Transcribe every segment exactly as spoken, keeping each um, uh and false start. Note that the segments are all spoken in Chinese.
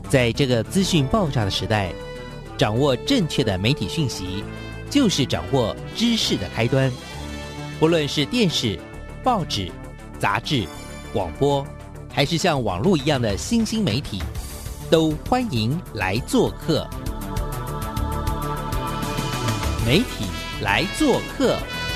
在这个资讯爆炸的时代，掌握正确的媒体讯息，就是掌握知识的开端。不论是电视、报纸、杂志、广播，还是像网络一样的新兴媒体，都欢迎来做客。媒体来做客。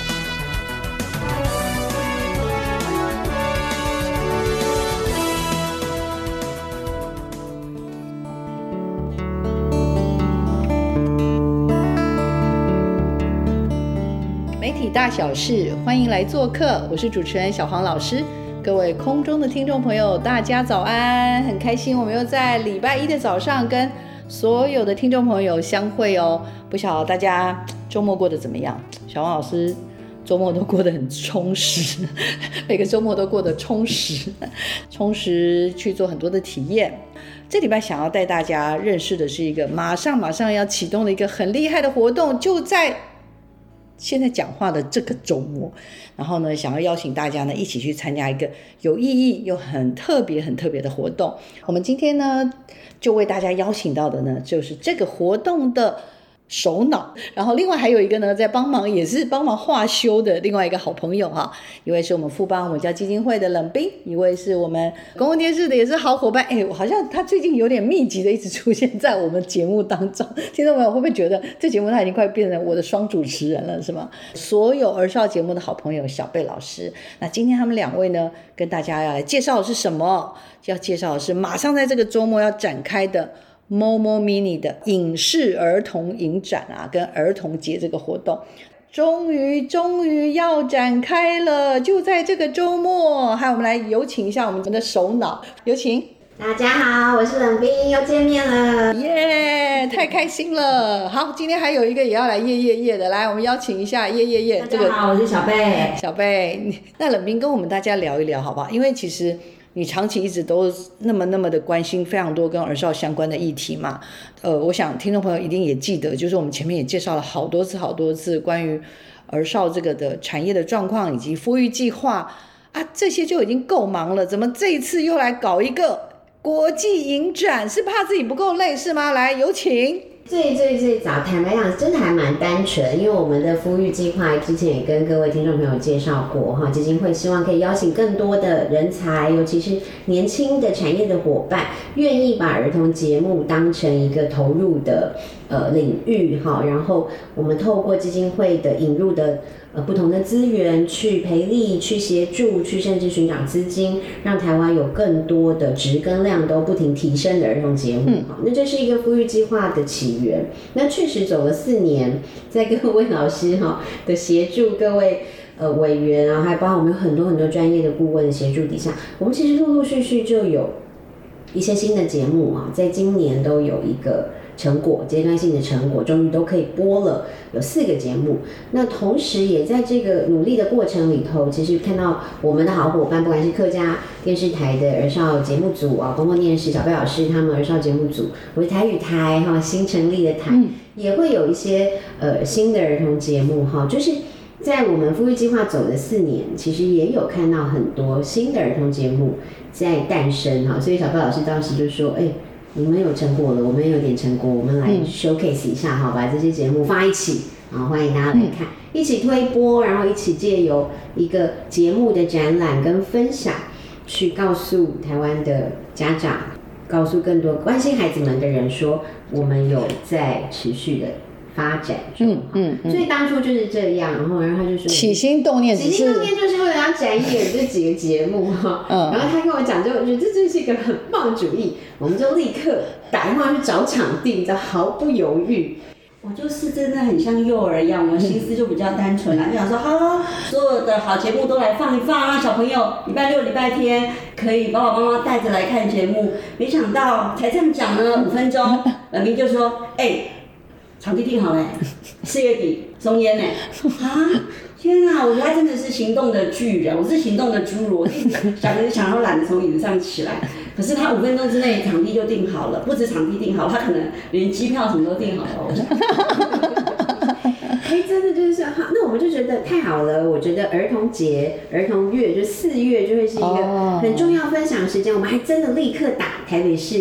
媒体大小事，欢迎来做客，我是主持人小黄老师。各位空中的听众朋友，大家早安！很开心我们又在礼拜一的早上跟所有的听众朋友相会哦。不晓得大家周末过得怎么样？小黄老师周末都过得很充实，每个周末都过得充实，充实去做很多的体验。这礼拜想要带大家认识的是一个马上马上要启动的一个很厉害的活动，就在现在讲话的这个周末，然后呢，想要邀请大家呢一起去参加一个有意义又很特别、很特别的活动。我们今天呢，就为大家邀请到的呢，就是这个活动的首脑，然后另外还有一个呢，在帮忙也是帮忙化修的另外一个好朋友哈，一位是我们富邦文教基金会的冷冰，一位是我们公共电视的也是好伙伴。哎，好像他最近有点密集的一直出现在我们节目当中，听众朋友会不会觉得这节目他已经快变成我的双主持人了，是吗？所有儿少节目的好朋友小贝老师，那今天他们两位呢，跟大家要来介绍的是什么？要介绍的是马上在这个周末要展开的Momo Mini 的影视儿童影展啊，跟儿童节这个活动，终于终于要展开了，就在这个周末。还有我们来有请一下我们的首脑，有请。 大家好，我是冷冰，又见面了， 耶、yeah, 太开心了。好，今天还有一个也要来耶耶耶的，来，我们邀请一下耶耶耶。 大家好，我是小贝。 小贝，那冷冰跟我们大家聊一聊好不好？因为其实你长期一直都那么那么的关心非常多跟儿少相关的议题嘛，呃，我想听众朋友一定也记得，就是我们前面也介绍了好多次好多次关于儿少这个的产业的状况以及孵育计划啊，这些就已经够忙了，怎么这一次又来搞一个国际影展？是怕自己不够累是吗？来，有请。 最最最早，坦白讲，真的还蛮单纯，因为我们的孵育计划之前也跟各位听众朋友介绍过哈，基金会希望可以邀请更多的人才，尤其是年轻的产业的伙伴，愿意把儿童节目当成一个投入的呃领域哈，然后我们透过基金会的引入的呃不同的资源去培力、去协助、去甚至寻找资金，让台湾有更多的质跟量都不停提升的儿童节目哈、嗯，那这是一个孵育计划的起源。那确实走了四年，在各位老师哈的协助，各位呃委员啊，还包括我们有很多很多专业的顾问的协助底下，我们其实陆陆续续就有一些新的节目啊，在今年都有一个成果，阶段性的成果，终于都可以播了，有四个节目。那同时也在这个努力的过程里头，其实看到我们的好伙伴，不管是客家电视台的儿少节目组啊，公共电视小贝老师他们儿少节目组，我是台语台哈新成立的台，嗯、也会有一些呃新的儿童节目哈，就是在我们孵育计划走的四年，其实也有看到很多新的儿童节目在诞生哈，所以小贝老师当时就说，哎。你们有成果了，我们也有点成果，我们来 showcase 一下哈，把这些节目放一起，啊，欢迎大家来看，一起推播，然后一起借由一个节目的展览跟分享，去告诉台湾的家长，告诉更多关心孩子们的人说，我们有在持续的发展中，嗯嗯嗯，所以当初就是这样，然后然后他就说起心动念， 起心动念就是为了要展演这几个节目哈，嗯，然后他跟我讲，就我觉得这真是一个很棒的主意，我们就立刻打电话去找场地，你知道毫不犹豫。 我就是真的很像幼儿一样，我心思就比较单纯啦，就想说好，所有的好节目都来放一放，让小朋友礼拜六、礼拜天可以爸爸妈妈带着来看节目。没想到才这样讲呢，五分钟，冷冰就说，哎、欸。场地定好嘞，四月底松烟嘞，啊！天啊，我觉得他真的是行动的巨人，我是行动的侏儒，我一直想着想要懒得从椅子上起来，可是他五分钟之内场地就定好了，不止场地定好，他可能连机票什么都定好了。 哎，真的就是这样。那我们就觉得太好了。我觉得儿童节、儿童月，就四月就会是一个很重要分享时间。我们还真的立刻打台北市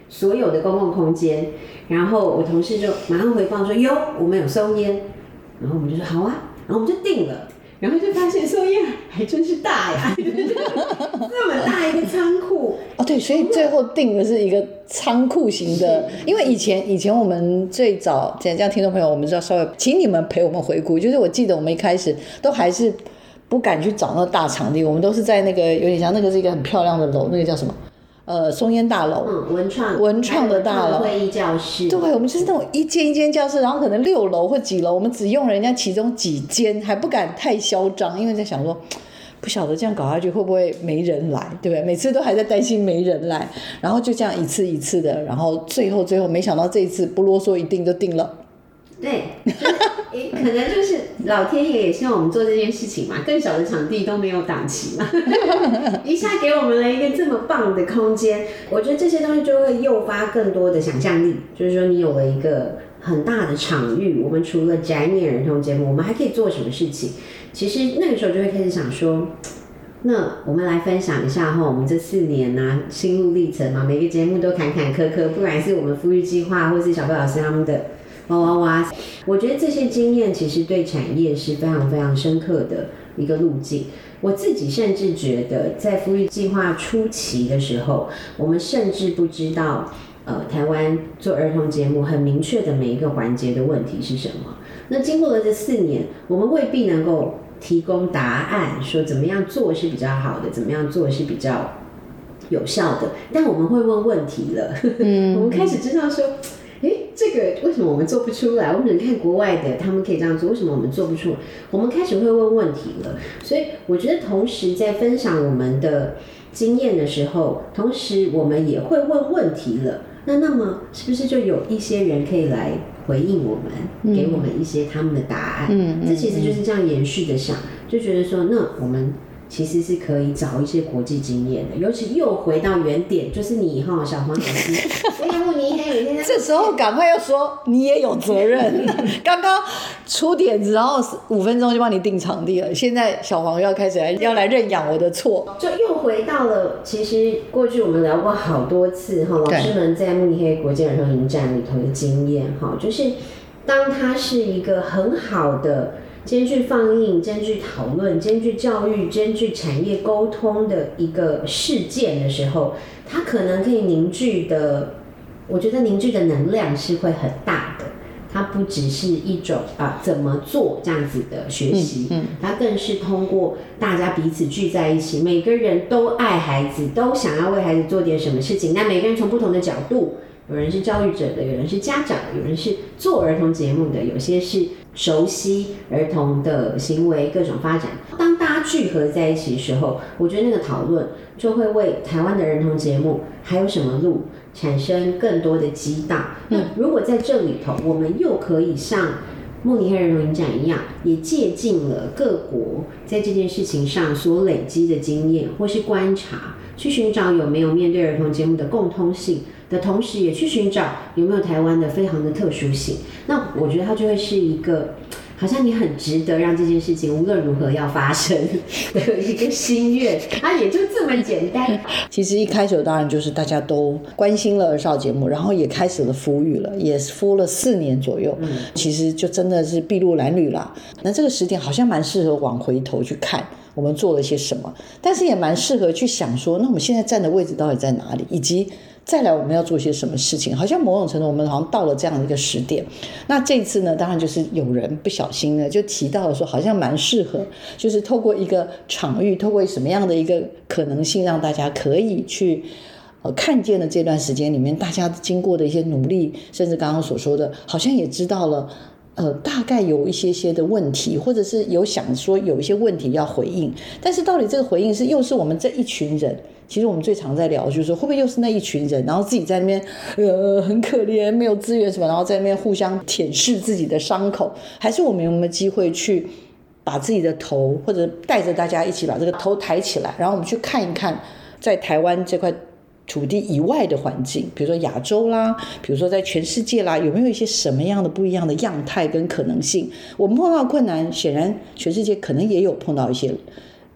所有的公共空间。然后我同事就马上回报说：“哟，我们有收烟。”然后我们就说：“好啊。”然后我们就定了。然后就发现收烟还真是大呀，这么大一个仓库哦，对，所以最后定的是一个仓库型的，因为以前以前我们最早这样听众朋友，我们知道稍微，请你们陪我们回顾，就是我记得我们一开始都还是不敢去找那个大场地，我们都是在那个有点像那个是一个很漂亮的楼，那个叫什么？呃，松烟大楼， 嗯，文创文创的大楼， 会议教室， 对，我们就是那种一间一间教室，然后可能六楼或几楼，我们只用人家其中几间，还不敢太嚣张，因为在想说，不晓得这样搞下去会不会没人来，对不对？每次都还在担心没人来，然后就这样一次一次的，然后最后最后没想到这一次不啰嗦，一定就定了。 对，就是可能就是老天爷也希望我们做这件事情嘛，更小的场地都没有档期嘛，一下给我们了一个这么棒的空间，我觉得这些东西就会诱发更多的想象力，就是说你有了一个很大的场域，我们除了展演儿童节目，我们还可以做什么事情？其实那个时候就会开始想说，那我们来分享一下哈，我们这四年啊心路历程嘛，每个节目都坎坎坷坷，不管是我们富裕计划，或是小贝老师他们的。哇哇哇！我觉得这些经验其实对产业是非常非常深刻的一个路径。我自己甚至觉得，在富裕计划初期的时候，我们甚至不知道，呃，台湾做儿童节目很明确的每一个环节的问题是什么。那经过了这四年，我们未必能够提供答案，说怎么样做是比较好的，怎么样做是比较有效的。但我们会问问题了，嗯，我们开始知道说。哎，这个为什么我们做不出来？我们只看国外的，他们可以这样做，为什么我们做不出来？我们开始会问问题了。所以我觉得，同时在分享我们的经验的时候，同时我们也会问问题了。那那么，是不是就有一些人可以来回应我们，给我们一些他们的答案？嗯，这其实就是这样延续的想，就觉得说，那我们。其实是可以找一些国际经验的，尤其又回到原点，就是你哈，小黄老师，那个慕尼黑每天这时候赶快要说你也有责任，刚刚出点子，然后五分钟就帮你定场地了，现在小黄要开始来要来认养我的错， 就又回到了其实过去我们聊过好多次哈，老师们在慕尼黑国际儿童影展里头的经验哈，就是当它是一个很好的。兼具放映、兼具讨论、兼具教育、兼具产业沟通的一个事件的时候，它可能可以凝聚的，我觉得凝聚的能量是会很大的。它不只是一种啊怎么做这样子的学习，嗯嗯、它更是通过大家彼此聚在一起，每个人都爱孩子，都想要为孩子做点什么事情。那每个人从不同的角度。有人是教育者的，有人是家长的，有人是做儿童节目的，有些是熟悉儿童的行为各种发展。当大家聚合在一起的时候，我觉得那个讨论就会为台湾的儿童节目还有什么路产生更多的激荡。那如果在这里头，我们又可以像慕尼黑儿童影展一样，也借鉴了各国在这件事情上所累积的经验或是观察，去寻找有没有面对儿童节目的共通性。的同时也去寻找有没有台湾的非常的特殊性，那我觉得它就会是一个好像你很值得让这件事情无论如何要发生的一个心愿，它也就这么简单。 其实一开始当然就是大家都关心了儿少节目，然后也开始了孵育了，也孵了四年左右、嗯、其实就真的是筚路蓝缕啦。那这个时点好像蛮适合往回头去看我们做了些什么，但是也蛮适合去想说那我们现在站的位置到底在哪里，以及再来我们要做些什么事情。好像某种程度我们好像到了这样的一个时点。那这次呢当然就是有人不小心呢就提到了说好像蛮适合，就是透过一个场域，透过什么样的一个可能性，让大家可以去呃看见了这段时间里面大家经过的一些努力，甚至刚刚所说的好像也知道了呃，大概有一些些的问题，或者是有想说有一些问题要回应，但是到底这个回应是又是我们这一群人，其实我们最常在聊就是说会不会又是那一群人，然后自己在那边呃很可怜没有资源什么，然后在那边互相舔舐自己的伤口，还是我们有没有机会去把自己的头，或者带着大家一起把这个头抬起来，然后我们去看一看在台湾这块土地以外的环境，比如说亚洲啦，比如说在全世界啦，有没有一些什么样的不一样的样态跟可能性？我们碰到困难，显然全世界可能也有碰到一些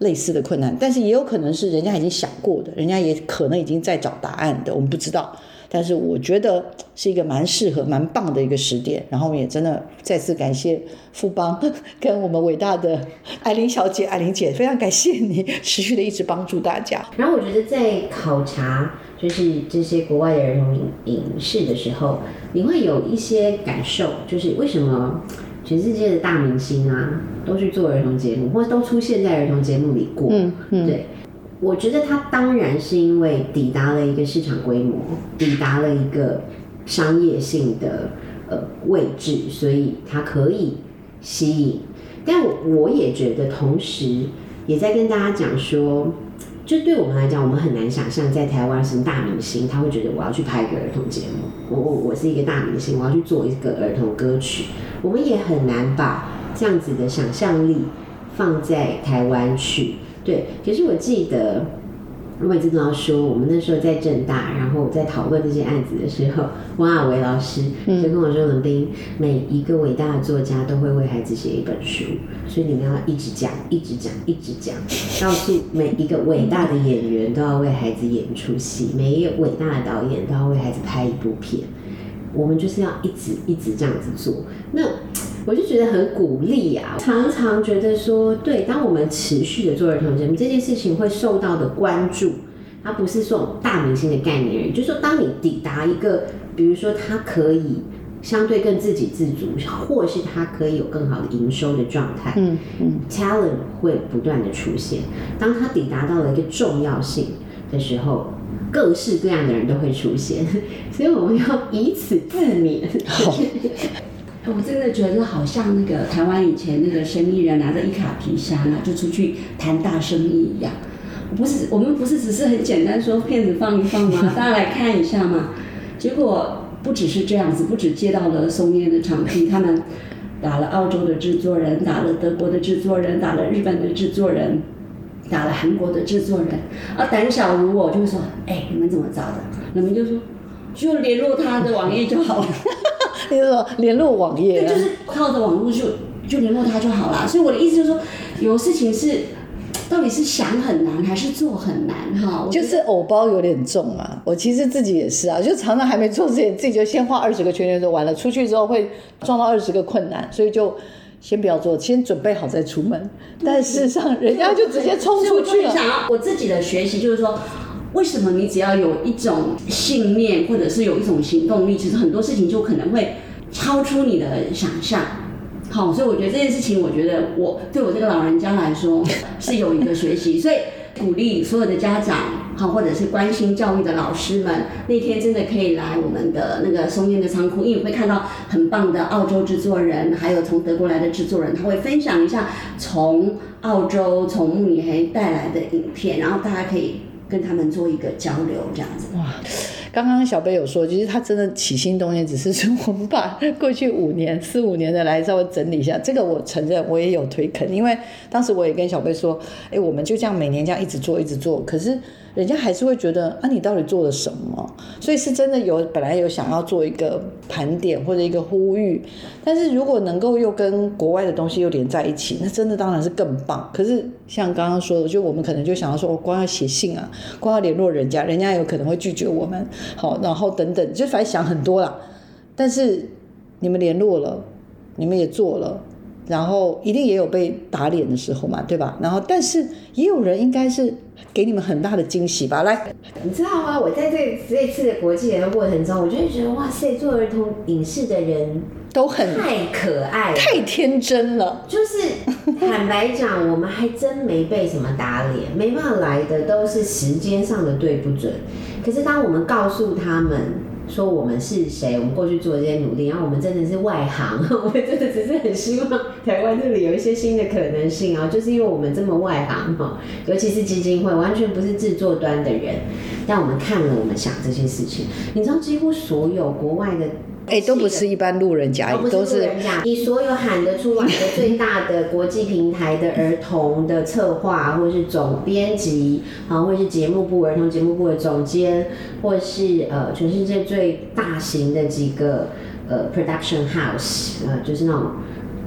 类似的困难，但是也有可能是人家已经想过的，人家也可能已经在找答案的，我们不知道。但是我觉得是一个蛮适合蛮棒的一个时点，然后我们也真的再次感谢富邦跟我们伟大的艾琳小姐，艾琳姐非常感谢你持续的一直帮助大家。 然后我觉得在考察就是这些国外的儿童影视的时候，你会有一些感受，就是为什么全世界的大明星啊都去做儿童节目，或者都出现在儿童节目里过。嗯嗯，对。我觉得它当然是因为抵达了一个市场规模，抵达了一个商业性的呃位置，所以它可以吸引。但我我也觉得，同时也在跟大家讲说，就对我们来讲，我们很难想象在台湾什么大明星他会觉得我要去拍一个儿童节目，我我我是一个大明星，我要去做一个儿童歌曲，我们也很难把这样子的想象力放在台湾去。对，可是我记得，我每次都要说，我们那时候在政大，然后在讨论这些案子的时候，汪亚维老师就跟我说：“冷冰，每一个伟大的作家都会为孩子写一本书，所以你们要一直讲，一直讲，一直讲，告诉每一个伟大的演员都要为孩子演一出戏，每一个伟大的导演都要为孩子拍一部片。我们就是要一直一直这样子做。那我就觉得很鼓励啊，常常觉得说，对，当我们持续的做儿童节目，这件事情会受到的关注，它不是说大明星的概念而已，就是说，当你抵达一个，比如说他可以相对更自给自足，或是他可以有更好的营收的状态，嗯嗯 ，talent 会不断的出现。当他抵达到了一个重要性的时候，各式各样的人都会出现，所以我们要以此自勉。 我真的觉得好像那个台湾以前那个生意人拿着一卡皮箱啊，就出去谈大生意一样。不是，我们不是只是很简单说片子放一放吗？大家来看一下嘛。结果不只是这样子，不只接到了松烟的场地，他们打了澳洲的制作人，打了德国的制作人，打了日本的制作人，打了韩国的制作人。啊，胆小如我就会说，哎、欸，你们怎么找的？你们就说，就联络他的网页就好了。 你说联络网页、 啊，对，就是靠着网络就就联络他就好了。所以我的意思就是说，有事情是到底是想很难还是做很难哈？ 就是偶包有点重啊。我其实自己也是啊，就常常还没做之前，自己就先画二十个圈圈就完了，出去之后会撞到二十个困难，所以就先不要做，先准备好再出门。但事实上，人家就直接冲出去了。 我想要我自己的学习就是说。为什么你只要有一种信念，或者是有一种行动力，其实很多事情就可能会超出你的想象。好，所以我觉得这件事情，我觉得我对我这个老人家来说是有一个学习，所以鼓励所有的家长，好，或者是关心教育的老师们，那天真的可以来我们的那个松烟的仓库，因为你会看到很棒的澳洲制作人，还有从德国来的制作人，他会分享一下从澳洲从慕尼黑带来的影片，然后大家可以跟他们做一个交流，这样子。 哇，刚刚小贝有说，其实他真的起心动念，只是说我们把过去五年、四五年的来稍微整理一下。这个我承认，我也有推坑，因为当时我也跟小贝说，哎，我们就这样每年这样一直做、一直做，可是人家还是会觉得啊，你到底做了什么？所以是真的有本来有想要做一个盘点或者一个呼吁，但是如果能够又跟国外的东西又连在一起，那真的当然是更棒。可是像刚刚说的，就我们可能就想要说，我光要写信啊，光要联络人家，人家有可能会拒绝我们，好，然后等等，就反正想很多啦。但是你们联络了，你们也做了。然后一定也有被打脸的时候嘛，对吧？然后但是也有人应该是给你们很大的惊喜吧。来， 你知道吗？我在这这次的国际联络过程中，我就会觉得哇塞，做儿童影视的人都很太可爱了， 太天真了。 就是坦白讲，我们还真没被什么打脸，没办法来的都是时间上的对不准。可是当我们告诉他们说我们是谁，我们过去做这些努力，然后我们真的是外行，我们真的只是很希望台湾这里有一些新的可能性啊，就是因为我们这么外行哈，尤其是基金会完全不是制作端的人，但我们看了，我们想这些事情，你知道几乎所有国外的。 哎、欸，都不是一般路人甲， 哦、 都是你所有喊得出来的最大的国际平台的儿童的策划，或者是总编辑，啊，或者是节目部儿童节目部的总监，或者是呃全世界最大型的几个呃 production house， 呃就是那种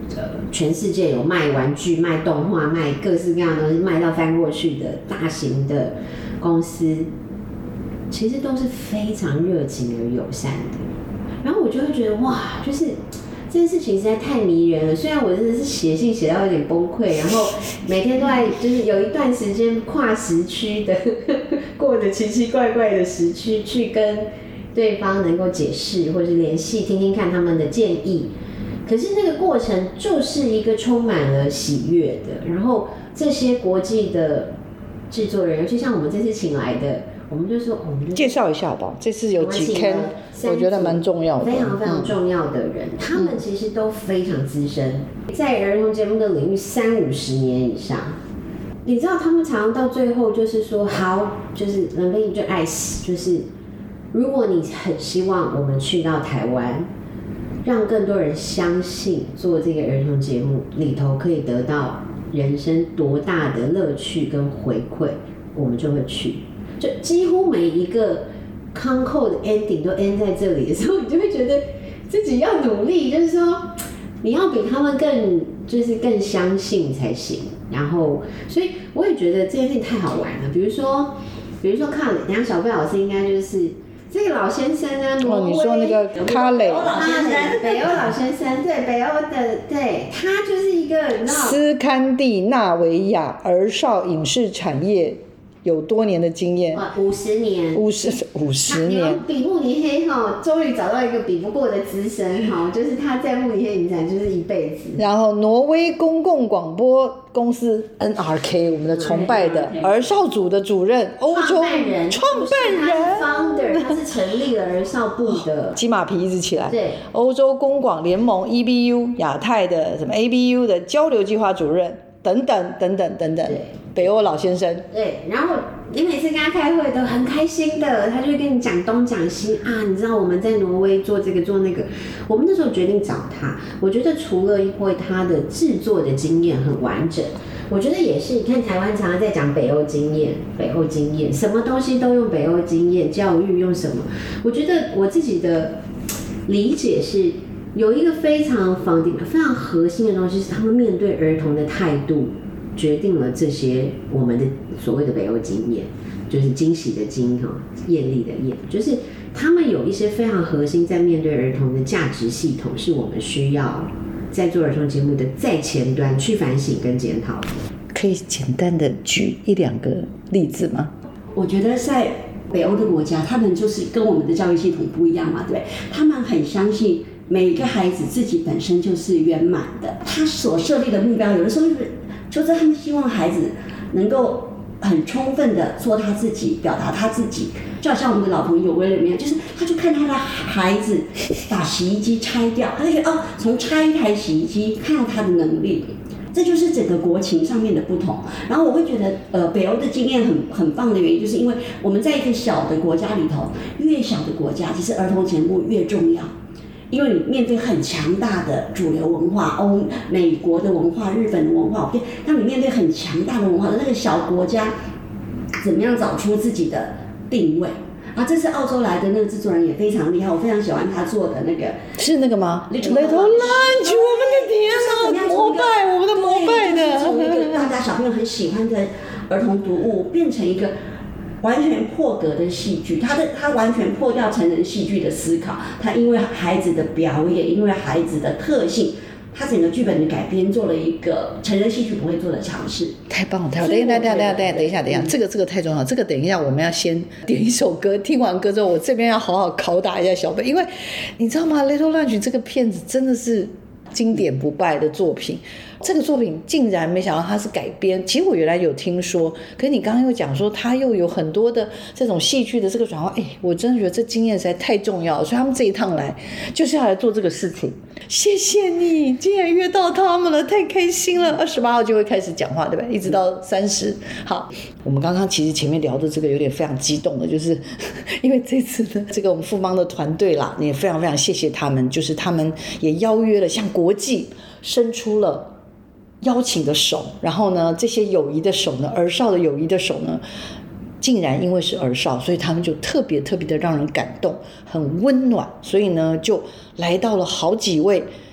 呃全世界有卖玩具、卖动画、卖各式各样的东西卖到翻过去的大型的公司，其实都是非常热情而友善的。然后我就会觉得哇，就是这件事情实在太迷人了。虽然我真的是写信写到有点崩溃，然后每天都在就是有一段时间跨时区的过着奇奇怪怪的时区，去跟对方能够解释或者是联系，听听看他们的建议。可是那个过程就是一个充满了喜悦的。然后这些国际的制作人，尤其像我们这次请来的。我们就说，我们就介绍一下吧。这次有几天，我觉得蛮重要的， 非常非常重要的人，嗯、他们其实都非常资深，在儿童节目的领域三五十年以上。你知道，他们常常到最后就是说，好，就是冷冰就爱死，就是如果你很希望我们去到台湾，让更多人相信做这个儿童节目里头可以得到人生多大的乐趣跟回馈，我们就会去。就几乎每一个 Concord 的 ending 都 end 在这里的时候，你就会觉得自己要努力，就是说你要比他们更就是更相信才行。然后，所以我也觉得这件事情太好玩了。比如说，比如说看，等一下小贝老师应该就是这个老先生呢， 哦，你说那个卡雷， 北欧老先生，对，北欧的，对，他就是一个你知道斯堪的纳维亚儿少影视产业。有多年的经验， 五十年， 五十五十年。 比慕尼黑哈，终于找到一个比不过的资深哈，就是他在慕尼黑影展就是一辈子。 然后挪威公共广播公司 N R K， 我们的崇拜的儿少组的主任，欧洲创办人， 创办人 ，founder， 他是成立了儿少部的， 鸡马皮一直起来。 对， 欧洲公广联盟 E B U 亚太的什么 A B U 的交流计划主任。等等等等等等，北欧老先生。 对，然后你每次跟他开会都很开心的，他就会跟你讲东讲西啊。你知道我们在挪威做这个做那个，我们那时候决定找他。我觉得除了因为他的制作的经验很完整，我觉得也是。你看台湾常常在讲北欧经验，北欧经验，什么东西都用北欧经验，教育用什么？我觉得我自己的理解是。有一个非常绑定、非常核心的东西，是他们面对儿童的态度，决定了这些我们的所谓的北欧经验，就是惊喜的惊哈，艳丽的艳，就是他们有一些非常核心在面对儿童的价值系统，是我们需要在做儿童节目的再前端去反省跟检讨的。 可以简单的举一两个例子吗？ 我觉得在北欧的国家，他们就是跟我们的教育系统不一样嘛，对不对？他们很相信。每一个孩子自己本身就是圆满的，他所设立的目标，有的时候就是就是他们希望孩子能够很充分的做他自己，表达他自己。就好像我们的老朋友威廉一样，就是他就看他的孩子把洗衣机拆掉，他就觉得哦，从拆一台洗衣机看到他的能力。这就是整个国情上面的不同。然后我会觉得，呃，北欧的经验很很棒的原因，就是因为我们在一个小的国家里头，越小的国家，其实儿童节目越重要。因为你面对很强大的主流文化，欧美国的文化、日本的文化，当你面对很强大的文化的那个小国家，怎么样找出自己的定位？啊，这次澳洲来的那个制作人也非常厉害，我非常喜欢他做的那个， 是那个吗 ？Little Lunch， 我们的天哪，膜拜我们的膜拜的， 从一个大家小朋友很喜欢的儿童读物，变成一个。完全破格的戏剧，他的他完全破掉成人戏剧的思考，他因为孩子的表演，因为孩子的特性，他整个剧本的改编做了一个成人戏剧不会做的尝试。 太棒了，太棒了！等一下，等一下，等一下，等一下，等一下，这个这个太重要，这个等一下我们要先点一首歌，听完歌之后，我这边要好好拷打一下小贝，因为你知道吗 ？Little Lunch 这个片子真的是经典不败的作品。这个作品竟然没想到它是改编，其实我原来有听说，可是你刚刚又讲说它又有很多的这种戏剧的这个转换，哎，我真的觉得这经验实在太重要了，所以他们这一趟来就是要来做这个事情。谢谢你，竟然约到他们了，太开心了。二十八号就会开始讲话，对吧？一直到三十。好，我们刚刚其实前面聊的这个有点非常激动的，就是因为这次的这个我们富邦的团队啦，也非常非常谢谢他们，就是他们也邀约了向国际伸出了。邀请的手，然后呢，这些友谊的手呢，儿少的友谊的手呢，竟然因为是儿少，所以他们就特别特别的让人感动，很温暖，所以呢，就来到了好几位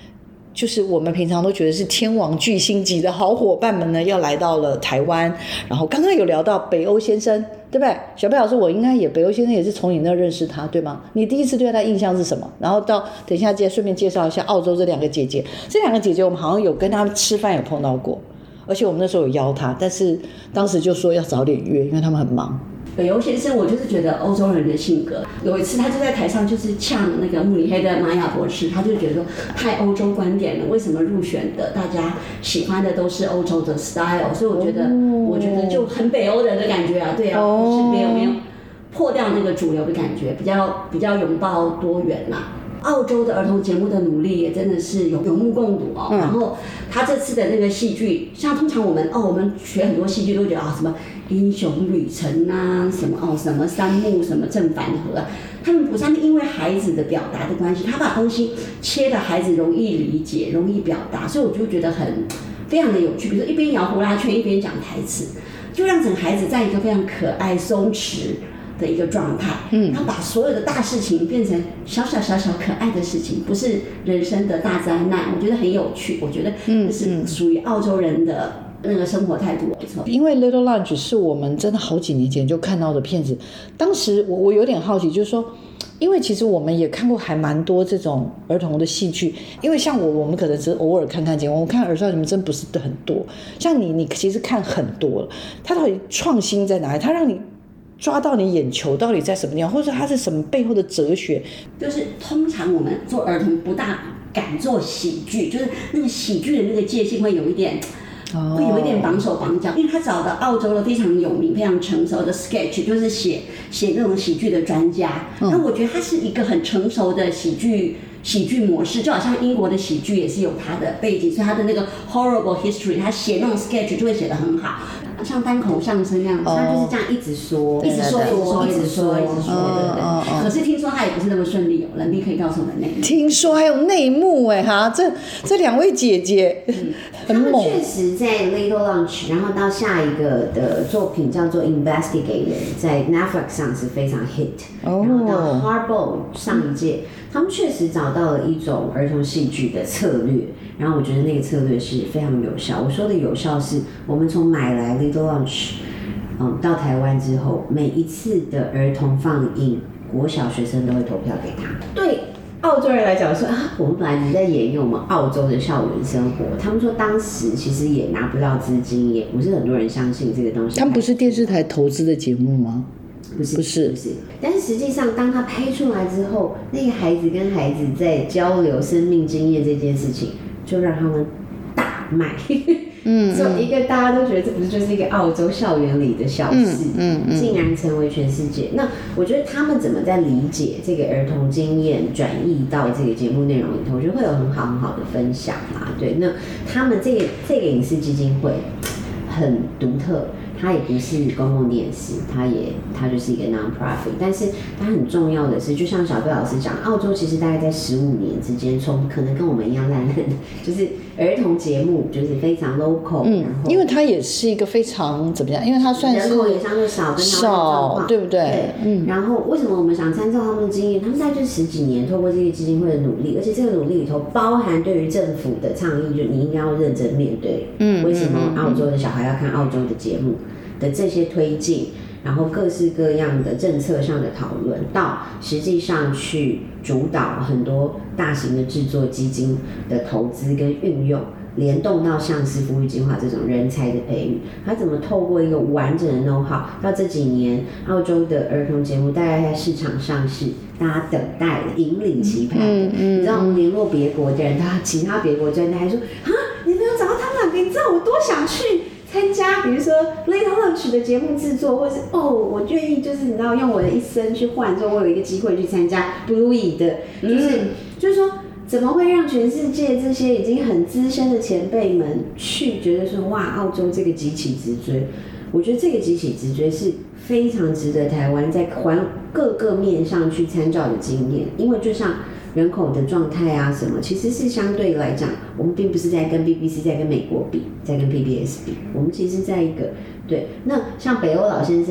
就是我们平常都觉得是天王巨星级的好伙伴们呢，要来到了台湾。然后刚刚有聊到北欧先生，对不对？小贝老师，我应该也北欧先生也是从你那认识他，对吗？你第一次对他印象是什么？然后到等一下接顺便介绍一下澳洲这两个姐姐，这两个姐姐我们好像有跟他们吃饭有碰到过，而且我们那时候有邀他，但是当时就说要早点约，因为他们很忙。 北欧先生，我就是觉得欧洲人的性格。有一次他就在台上就是呛那个慕尼黑的玛雅博士，他就觉得说太欧洲观点了，为什么入选的大家喜欢的都是欧洲的 style？ 所以我觉得，哦、我觉得就很北欧人的感觉啊，对啊，哦、不是没有没有破掉那个主流的感觉，比较比较拥抱多元啦、啊。澳洲的儿童节目的努力也真的是有有目共睹哦。嗯、然后他这次的那个戏剧，像通常我们哦，我们学很多戏剧都觉得啊什么英雄旅程啊，什么哦什么三幕什么正反合啊，他们不是因为孩子的表达的关系，他把东西切的孩子容易理解、容易表达，所以我就觉得很非常的有趣。比如说一边摇呼啦圈一边讲台词，就让整个孩子在一个非常可爱、松弛的一个状态，嗯，然后把所有的大事情变成小小小小可爱的事情，不是人生的大灾难，我觉得很有趣。我觉得这是属于澳洲人的那个生活态度，没错。 因为 Little Lunch 是我们真的好几年前就看到的片子，当时我我有点好奇，就是说，因为其实我们也看过还蛮多这种儿童的戏剧，因为像我，我们可能只是偶尔看看节目，我看儿少节目真不是很多。像你，你其实看很多了，它到底创新在哪里？它让你抓到你眼球到底在什么地方，或者它是什么背后的哲学？ 就是通常我们做儿童不大敢做喜剧，就是那个喜剧的那个界限会有一点。Oh. 会有一点绑手绑脚，因为他找的澳洲的非常有名、非常成熟的 sketch， 就是写写那种喜剧的专家。那、嗯、我觉得他是一个很成熟的喜剧喜剧模式，就好像英国的喜剧也是有他的背景，所以他的那个 horrible history， 他写那种 sketch 就会写得很好，像单口相声那样子， oh. 他就是这样一直说， 一直说，一直说，一直说，一直说，对对对。 Oh. Oh. 可是听说他也不是那么顺利哦，人力可以告诉我们内幕。 听说还有内幕哎哈，这这两位姐姐、嗯、很猛。 他们确实在 Little Lunch， 然后到下一个的作品叫做 Investigator， 在 Netflix 上是非常 hit，、oh. 然后到 Hardball 上一届。他们确实找到了一种儿童戏剧的策略，然后我觉得那个策略是非常有效。我说的有效是，我们从买来 Little Lunch， 嗯，到台湾之后，每一次的儿童放映，国小学生都会投票给他。对澳洲人来讲说啊，我们本来只在演用我们澳洲的校园生活，他们说当时其实也拿不到资金，也不是很多人相信这个东西。 他们不是电视台投资的节目吗？ 不是不是不是，但是实际上，当他拍出来之后，那个孩子跟孩子在交流生命经验这件事情，就让他们大卖。嗯，就一个大家都觉得这不是就是一个澳洲校园里的小事，嗯 嗯, 嗯，竟然成为全世界。那我觉得他们怎么在理解这个儿童经验转译到这个节目内容里头，我觉得会有很好很好的分享啦。对，那他们这个这个影视基金会很独特。它也不是公共电视，它也它就是一个 non-profit， 但是它很重要的是，就像小贝老师讲，澳洲其实大概在十五年之间，从可能跟我们一样烂烂的，就是儿童节目就是非常 local， 嗯，然后因为它也是一个非常怎么样，因为它算是人口也相对少，跟少，对不对？ 对，嗯。然后为什么我们想参照他们的经验？他们在这十几年透过这个基金会的努力，而且这个努力里头包含对于政府的倡议，就你应该要认真面对，嗯，为什么澳洲的小孩要看澳洲的节目？的这些推进，然后各式各样的政策上的讨论，到实际上去主导很多大型的制作基金的投资跟运用，联动到像是福育计划这种人才的培育，它怎么透过一个完整的 know how， 到这几年澳洲的儿童节目大概在市场上是大家等待的、引领期盼的。嗯嗯、你知道我们联络别国的人，他其他别国专家还说啊，你没有找到他们两个，你知道我多想去参加，比如说 Little Lunch 的节目制作，或是哦，我愿意就是你知道用我的一生去换，说我有一个机会去参加 Bluey 的，就是、嗯、就是说怎么会让全世界这些已经很资深的前辈们去觉得说哇，澳洲这个急起直追？我觉得这个急起直追是非常值得台湾在环各个面上去参照的经验，因为就像人口的状态啊什么，其实是相对来讲，我们并不是在跟 B B C 在跟美国比，在跟 P B S 比，我们其实在一个对。那像北欧老先生，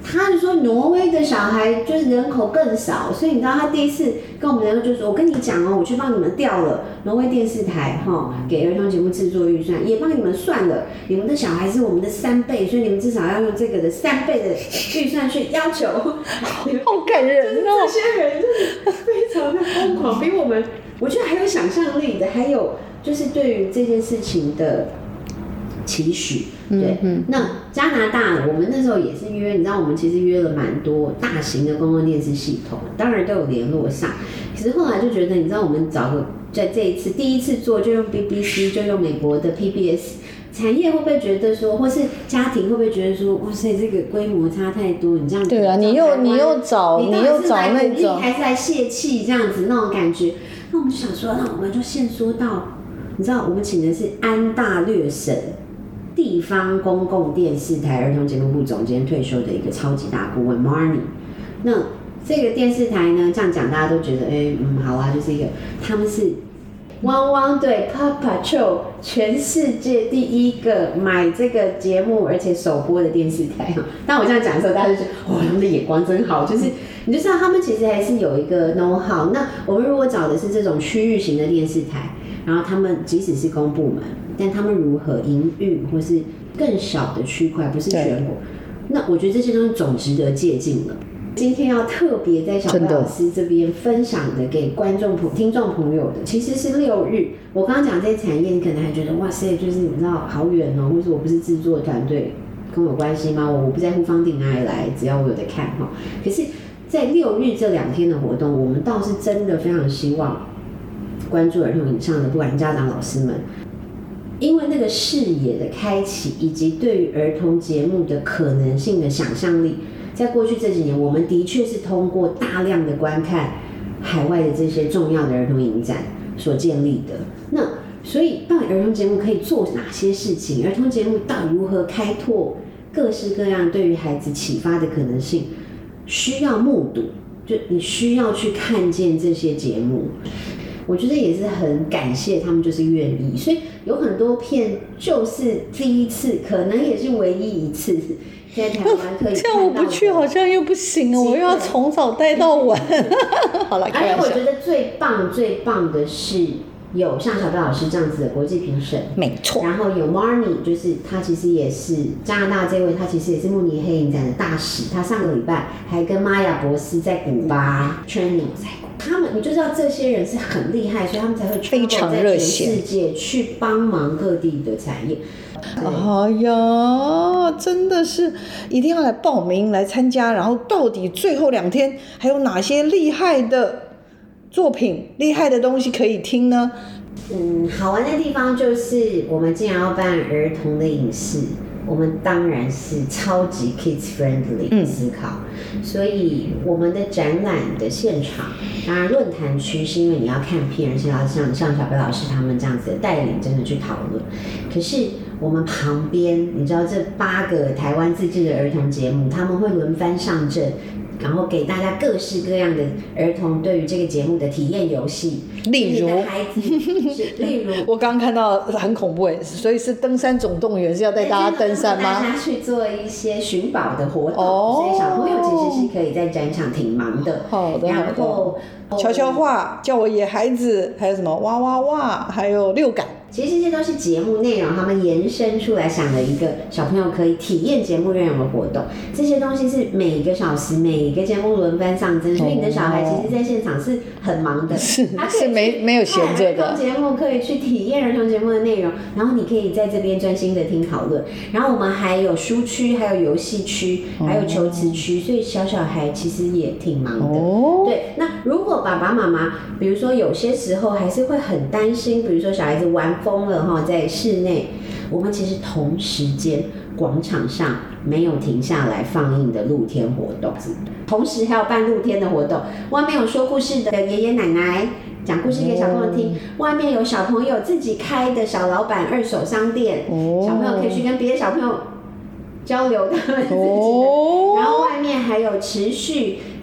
他就说挪威的小孩就是人口更少，所以你知道他第一次跟我们聊就说，我跟你讲哦，我去帮你们调了挪威电视台哈、哦、给儿童节目制作预算，也帮你们算了，你们的小孩是我们的三倍，所以你们至少要用这个的三倍的预算去要求。 好感人哦！ 这些人就是非常的疯狂，比我们我觉得还有想象力的，还有就是对于这件事情的期许。对，嗯、那加拿大我们那时候也是约，你知道我们其实约了蛮多大型的公共电视系统，当然都有联络上。可是后来就觉得，你知道我们找个在这一次第一次做就用 B B C， 就用美国的 P B S， 产业会不会觉得说，或是家庭会不会觉得说，哇塞，这个规模差太多，你这样对啊，你又你又找你又找那种， 还是来泄气这样子那种感觉，那我们就想说，那我们就限缩到，你知道我们请的是安大略省地方公共电视台儿童节目部总监退休的一个超级大顾问 Marnie。那这个电视台呢，这样讲大家都觉得，哎、欸，嗯，好啊，就是一个他们是汪汪队 Paw Patrol 全世界第一个买这个节目而且首播的电视台哈。当我这样讲的时候，大家就觉得哇，他们的眼光真好，就是你就知道他们其实还是有一个 know how。那我们如果找的是这种区域型的电视台，然后他们即使是公部门，但他们如何营运或是更小的区块，不是全国，那我觉得这些东西总值得借鉴了。今天要特别在小贝老师这边分享的给观众朋听众朋友的，其实是六日。我刚刚讲这些产业，你可能还觉得哇塞，就是你知道好远哦，或者我不是制作团队，跟我有关系吗？我不在乎方定哪里来，只要我有的看哈。可是，在六日这两天的活动，我们倒是真的非常希望关注儿童影像的，不管家长老师们。因为那个视野的开启，以及对于儿童节目的可能性的想象力，在过去这几年，我们的确是通过大量的观看海外的这些重要的儿童影展所建立的。那所以，到底儿童节目可以做哪些事情？儿童节目到底如何开拓各式各样对于孩子启发的可能性？需要目睹，就你需要去看见这些节目。我觉得也是很感谢他们，就是愿意，所以有很多片就是第一次，可能也是唯一一次在台湾可以看到的。 这样我不去好像又不行了，我又要从早待到晚。好了， 而且我觉得最棒最棒的是有像小贝老师这样子的国际评审， 没错。 然后有 Marnie， 就是他其实也是加拿大这位，他其实也是慕尼黑影展的大使，他上个礼拜还跟玛雅博士在古巴 training 在。他们，你就知道这些人是很厉害，所以他们才会非常热血， 在全世界去帮忙各地的产业。 哎呀，真的是一定要来报名来参加，然后到底最后两天还有哪些厉害的作品、厉害的东西可以听呢？ 嗯，好玩的地方就是我们既然要办儿童的影视。我们当然是超级 kids friendly 的思考、嗯，所以我们的展览的现场，当然论坛区是因为你要看片，而且要像像小贝老师他们这样子的带领，真的去讨论。可是我们旁边，你知道这八个台湾自制的儿童节目，他们会轮番上阵。然后给大家各式各样的儿童对于这个节目的体验游戏， 例如孩子是例如我刚刚看到很恐怖哎，所以是登山总动员是要带大家登山吗？ 大家去做一些寻宝的活动，哦、所以小朋友其实是可以在展场挺忙的。 好的， 然后悄悄话，叫我野孩子，还有什么哇哇哇，还有六感。 其实这些都是节目内容，他们延伸出来想了一个小朋友可以体验节目内容的活动。这些东西是每个小时每一个节目轮番上阵，所以你的小孩其实在现场是很忙的， 是是没没有闲着的。 儿童节目可以去体验儿童节目的内容，然后你可以在这边专心的听讨论。然后我们还有书区，还有游戏区，还有求职区，所以小小孩其实也挺忙的。哦、对，那如果爸爸妈妈，比如说有些时候还是会很担心，比如说小孩子玩疯了哈，在室内，我们其实同时间广场上没有停下来放映的露天活动，同时还有办露天的活动，外面有说故事的爷爷奶奶讲故事给小朋友听，外面有小朋友自己开的小老板二手商店，小朋友可以去跟别的小朋友交流他们自己的，然后外面还有持续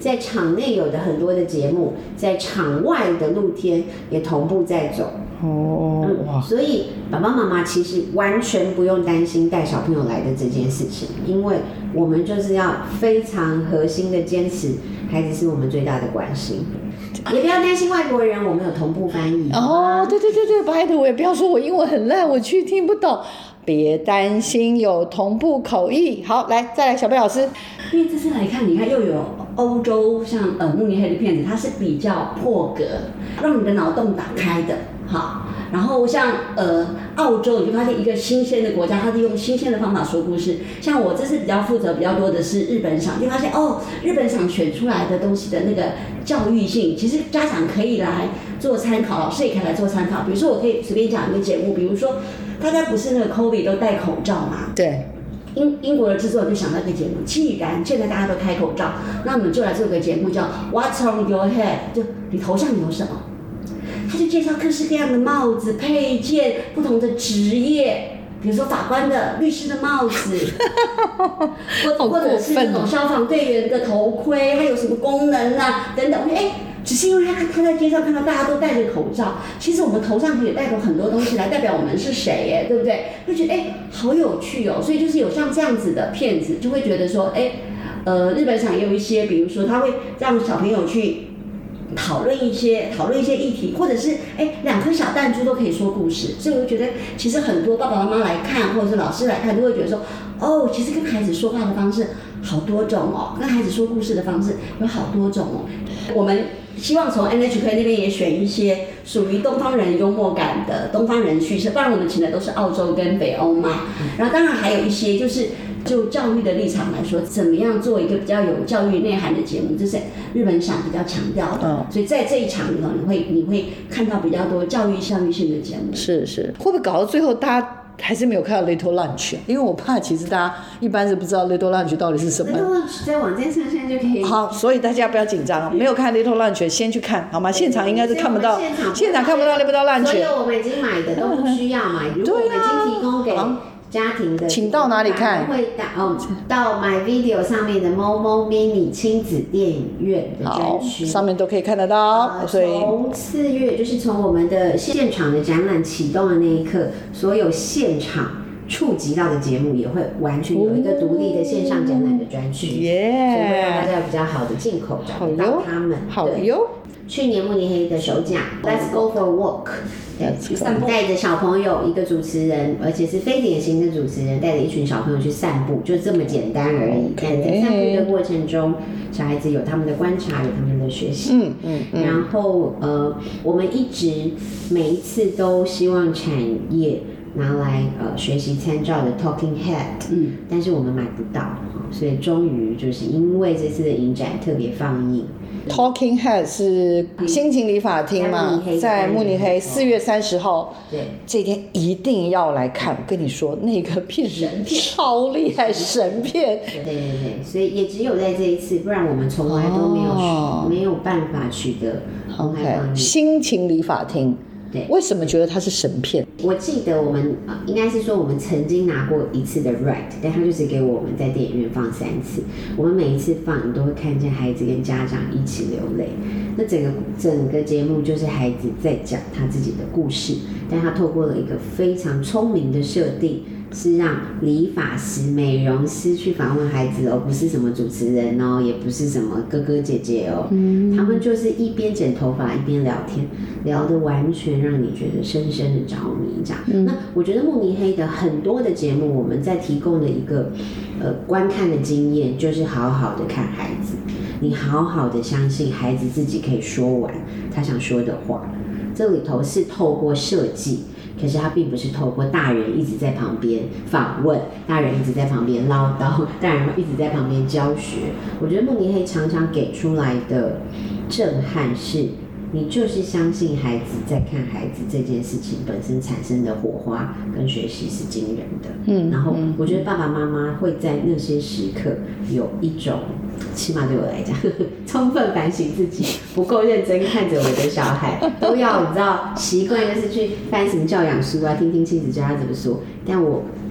在场内有的很多的节目，在场外的露天也同步在走。 哦，哇、 嗯！所以爸爸妈妈其实完全不用担心带小朋友来的这件事情，因为我们就是要非常核心的坚持，孩子是我们最大的关心。也不要担心外国人，我们有同步翻译。 哦，对对对对，拜托，我也不要说我英文很烂，我去听不懂。别担心，有同步口译。好，来再来，小贝老师。 因为这次来看，你看又有欧洲像呃慕尼黑的片子，它是比较破格，让你的脑洞打开的。好，然后像呃澳洲，你就发现一个新鲜的国家，它是用新鲜的方法说故事。像我这次比较负责比较多的是日本场，就发现哦，日本场选出来的东西的那个教育性，其实家长可以来做参考，老师也可以来做参考。比如说，我可以随便讲一个节目，比如说大家不是那个 COVID 都戴口罩嘛？ 对。 英英国的制作人就想到一个节目，既然现在大家都戴口罩，那我们就来做个节目叫 What's on your head？ 就你头上有什么？他就介绍各式各样的帽子、配件、不同的职业，比如说法官的、律师的帽子，或或者是那种消防队员的头盔，它有什么功能啊等等。我觉得哎，只是因为他他在街上看到大家都戴着口罩，其实我们头上可以戴着很多东西来代表我们是谁耶，对不对？就觉得哎，好有趣哦。所以就是有像这样子的片子，就会觉得说，哎，呃，日本场也有一些，比如说他会让小朋友去讨论一些讨论一些议题，或者是哎两颗小弹珠都可以说故事，所以我就觉得其实很多爸爸妈妈来看，或者是老师来看，都会觉得说，哦，其实跟孩子说话的方式好多种哦，跟孩子说故事的方式有好多种哦。我们希望从 N H K 那边也选一些属于东方人幽默感的东方人叙事，不然我们请的都是澳洲跟北欧嘛。然后当然还有一些就是就教育的立场来说，怎么样做一个比较有教育内涵的节目，这是日本想比较强调的。嗯，所以在这一场里头，你会你会看到比较多教育教育性的节目。 是是，会不会搞到最后大家还是没有看到 Little Lunch？ 因为我怕其实大家一般是不知道 Little Lunch 到底是什么。 Little Lunch 在网站上现在就可以。 好，所以大家不要紧张，没有看 Little Lunch 先去看好吗？现场应该是看不到，现场看不到 Little Lunch。 所有我们已经买的都不需要买，如果我们已经提供给家庭的， 请到哪里看？ 会到哦，到 My Video 上面的 Momo Mini 亲子电影院的专区， 上面都可以看得到。 呃、从四月就是从我们的现场的展览启动的那一刻，所有现场触及到的节目也会完全有一个独立的线上展览的专区，耶、yeah ，所以会让大家有比较好的进口找得到他们。 好哟。 去年慕尼黑的首奖 ，Let's Go for a Walk。带着小朋友，一个主持人，而且是非典型的主持人，带着一群小朋友去散步，就这么简单而已。但在散步的过程中，小孩子有他们的观察，有他们的学习。嗯嗯嗯。然后呃，我们一直每一次都希望产业拿来呃学习参照的 Talking Head， 嗯，但是我们买不到，所以终于就是因为这次的影展特别放映。 Talking Head 是心情理发厅嘛，在慕尼黑四月三十号，对，这天一定要来看。我跟你说，那个片子超厉害，神片。 对对对，所以也只有在这一次，不然我们从来都没有、哦、没有办法取得公开放映。 心情理发厅。对，为什么觉得它是神片？ 我记得我们、呃、应该是说我们曾经拿过一次的 right， 但他就是给我们在电影院放三次。我们每一次放，你都会看见孩子跟家长一起流泪。那整个整个节目就是孩子在讲他自己的故事，但他透过了一个非常聪明的设定，是让理发师、美容师去访问孩子哦，不是什么主持人哦，也不是什么哥哥姐姐哦，嗯、他们就是一边剪头发一边聊天，聊得完全让你觉得深深的着迷这样。嗯、那我觉得慕尼黑的很多的节目，我们在提供的一个呃观看的经验，就是好好的看孩子，你好好的相信孩子自己可以说完他想说的话。这里头是透过设计。可是他并不是透过大人一直在旁边访问，大人一直在旁边唠叨，大人一直在旁边教学。我觉得慕尼黑常常给出来的震撼是，你就是相信孩子在看孩子这件事情本身产生的火花跟学习是惊人的。嗯，然后我觉得爸爸妈妈会在那些时刻有一种，起码对我来讲，呵呵充分反省自己不够认真看着我的小孩，都要你知道习惯就是去翻什么教养书啊，听听亲子教他怎么说。但我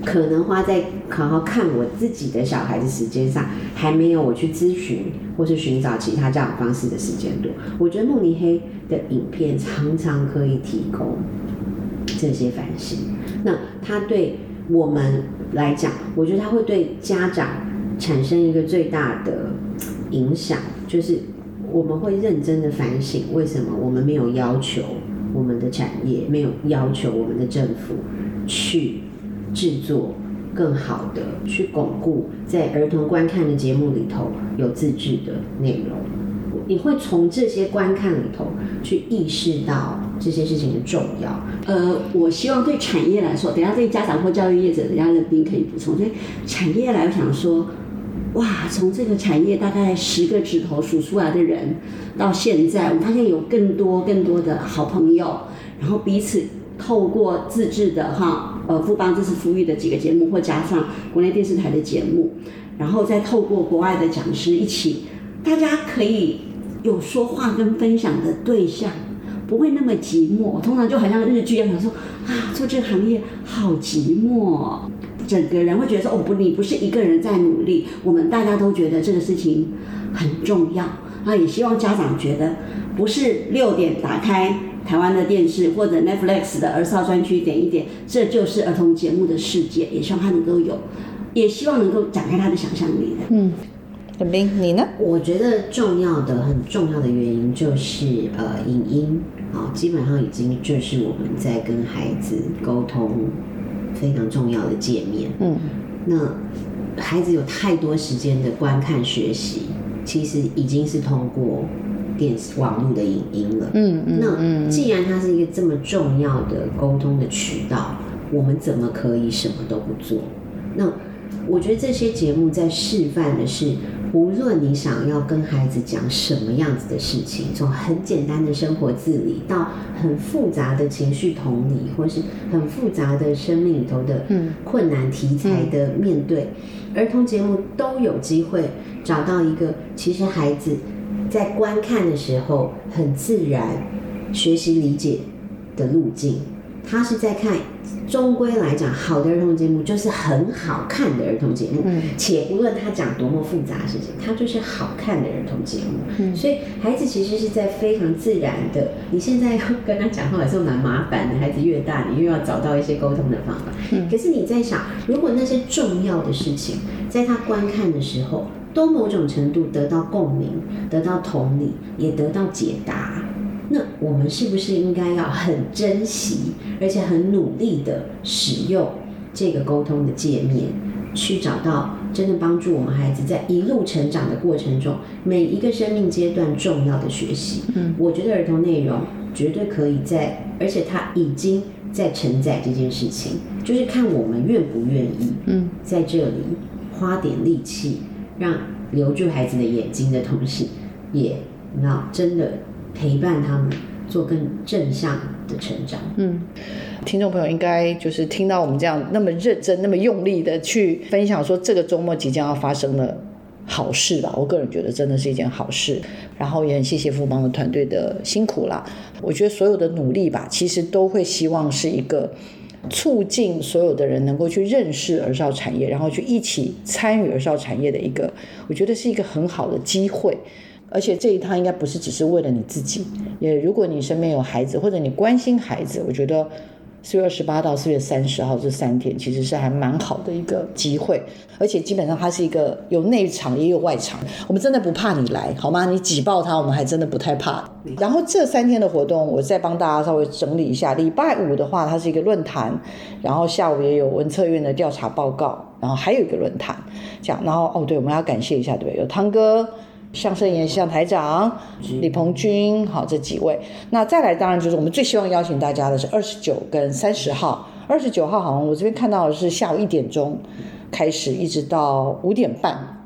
可能花在好好看我自己的小孩子时间上，还没有我去咨询或是寻找其他教养方式的时间多。我觉得慕尼黑的影片常常可以提供这些反省。那它对我们来讲，我觉得它会对家长产生一个最大的影响，就是我们会认真的反省，为什么我们没有要求我们的产业，没有要求我们的政府去制作更好的，去巩固在儿童观看的节目里头有自制的内容。你会从这些观看里头去意识到这些事情的重要。 呃，我希望对产业来说，等一下对家长或教育业者，等一下任斌可以补充。对产业来，我想说，哇，从这个产业大概十个指头数出来的人，到现在，我们发现有更多更多的好朋友，然后彼此透过自制的哈，呃，富邦这次富裕的几个节目，或加上国内电视台的节目，然后再透过国外的讲师一起，大家可以有说话跟分享的对象，不会那么寂寞。通常就好像日剧一样，想说啊，做这个行业好寂寞，整个人会觉得说，哦不，你不是一个人在努力，我们大家都觉得这个事情很重要。啊，也希望家长觉得，不是六点打开台湾的电视或者 Netflix 的儿少专区点一点，这就是儿童节目的世界。也希望他能够有，也希望能够展开他的想象力的。 嗯。任斌，你呢？ 我觉得重要的、很重要的原因就是呃，影音啊，基本上已经就是我们在跟孩子沟通非常重要的界面。嗯，那孩子有太多时间的观看学习，其实已经是通过电视、网络的影音了。嗯嗯。那既然它是一个这么重要的沟通的渠道，我们怎么可以什么都不做？那我觉得这些节目在示范的是，无论你想要跟孩子讲什么样子的事情，从很简单的生活自理到很复杂的情绪同理，或是很复杂的生命里头的困难题材的面对，儿童节目都有机会找到一个其实孩子在观看的时候很自然学习理解的路径。他是在看，终归来讲，好的儿童节目就是很好看的儿童节目，嗯、且不论他讲多么复杂的事情，它就是好看的儿童节目。嗯、所以孩子其实是在非常自然的，你现在要跟他讲话也是蛮麻烦的，孩子越大，你又要找到一些沟通的方法。嗯、可是你在想，如果那些重要的事情，在他观看的时候，都某种程度得到共鸣，得到同理，也得到解答。那我们是不是应该要很珍惜，而且很努力的使用这个沟通的界面，去找到真的帮助我们孩子在一路成长的过程中，每一个生命阶段重要的学习。嗯，我觉得儿童内容绝对可以在，而且它已经在承载这件事情，就是看我们愿不愿意。嗯，在这里花点力气，让留住孩子的眼睛的同时，也那真的陪伴他们做更正向的成长。嗯， 听众朋友应该就是听到我们这样那么认真、那么用力的去分享，说这个周末即将要发生的好事吧。我个人觉得真的是一件好事，然后也很谢谢富邦的团队的辛苦啦。我觉得所有的努力吧，其实都会希望是一个促进所有的人能够去认识儿少产业，然后去一起参与儿少产业的一个，我觉得是一个很好的机会。而且这一趟应该不是只是为了你自己，也如果你身边有孩子或者你关心孩子，我觉得四月二十八到四月三十号这三天其实是还蛮好的一个机会。而且基本上它是一个有内场也有外场，我们真的不怕你来好吗？你挤爆它我们还真的不太怕。然后这三天的活动我再帮大家稍微整理一下。礼拜五的话它是一个论坛，然后下午也有文策院的调查报告，然后还有一个论坛这样。然后哦对，我们要感谢一下，对不对？有汤哥、相声演向台长、李鹏君，好，这几位。那再来当然就是我们最希望邀请大家的是二十九跟三十号。二十九号好像我这边看到的是下午一点钟开始，一直到五点半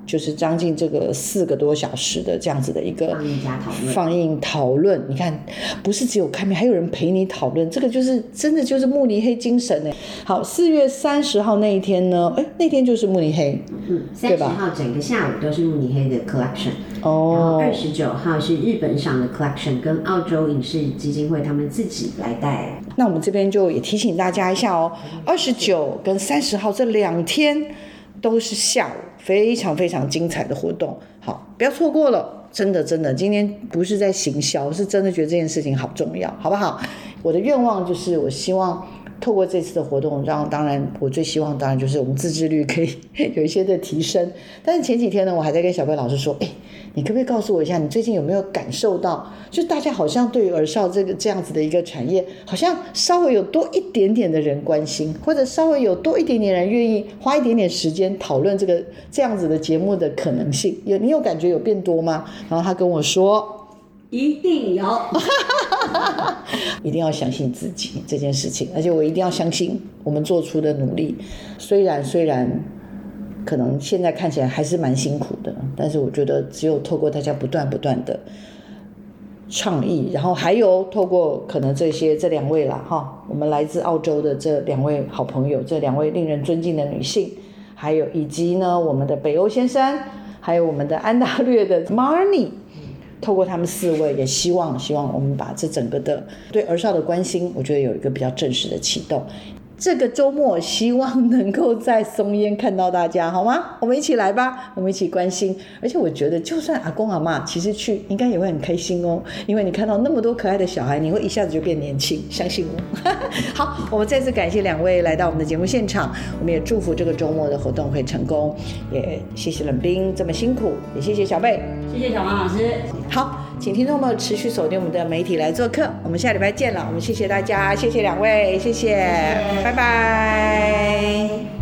就是将近这个四个多小时的这样子的一个放映加讨论， 放映讨论，你看不是只有看片，还有人陪你讨论，这个就是真的就是慕尼黑精神哎。好，四月三十号那一天呢，哎，那天就是慕尼黑， 嗯，三十号整个下午都是慕尼黑的 collection， 哦， 然后二十九号是日本赏的 collection， 跟澳洲影视基金会他们自己来带。 那我们这边就也提醒大家一下哦，二十九跟三十号这两天都是下午非常非常精彩的活动，好，不要错过了，真的真的，今天不是在行销，是真的觉得这件事情好重要，好不好？我的愿望就是我希望透过这次的活动，让当然我最希望当然就是我们自制率可以有一些的提升。但是前几天呢，我还在跟小贝老师说，哎，你可不可以告诉我一下，你最近有没有感受到，就大家好像对于儿少这个这样子的一个产业，好像稍微有多一点点的人关心，或者稍微有多一点点人愿意花一点点时间讨论这个这样子的节目的可能性，有你有感觉有变多吗？然后他跟我说， 一定有。 一定要相信自己这件事情，而且我一定要相信我们做出的努力，虽然虽然可能现在看起来还是蛮辛苦的，但是我觉得只有透过大家不断不断的倡议，然后还有透过可能这些这两位啦哈，我们来自澳洲的这两位好朋友，这两位令人尊敬的女性，还有以及呢我们的北欧先生，还有我们的安大略的 Marnie，透过他们四位，也希望希望我们把这整个的对儿少的关心，我觉得有一个比较正式的启动。这个周末希望能够在松烟看到大家，好吗？我们一起来吧，我们一起关心。而且我觉得就算阿公阿嬷其实去应该也会很开心哦，因为你看到那么多可爱的小孩，你会一下子就变年轻，相信我。好，我们再次感谢两位来到我们的节目现场，我们也祝福这个周末的活动会成功，也谢谢冷冰这么辛苦，也谢谢小贝， 谢谢小王老师。 好，请听众们持续锁定我们的媒体来做客，我们下礼拜见了，我们谢谢大家，谢谢两位，谢谢，谢谢拜拜。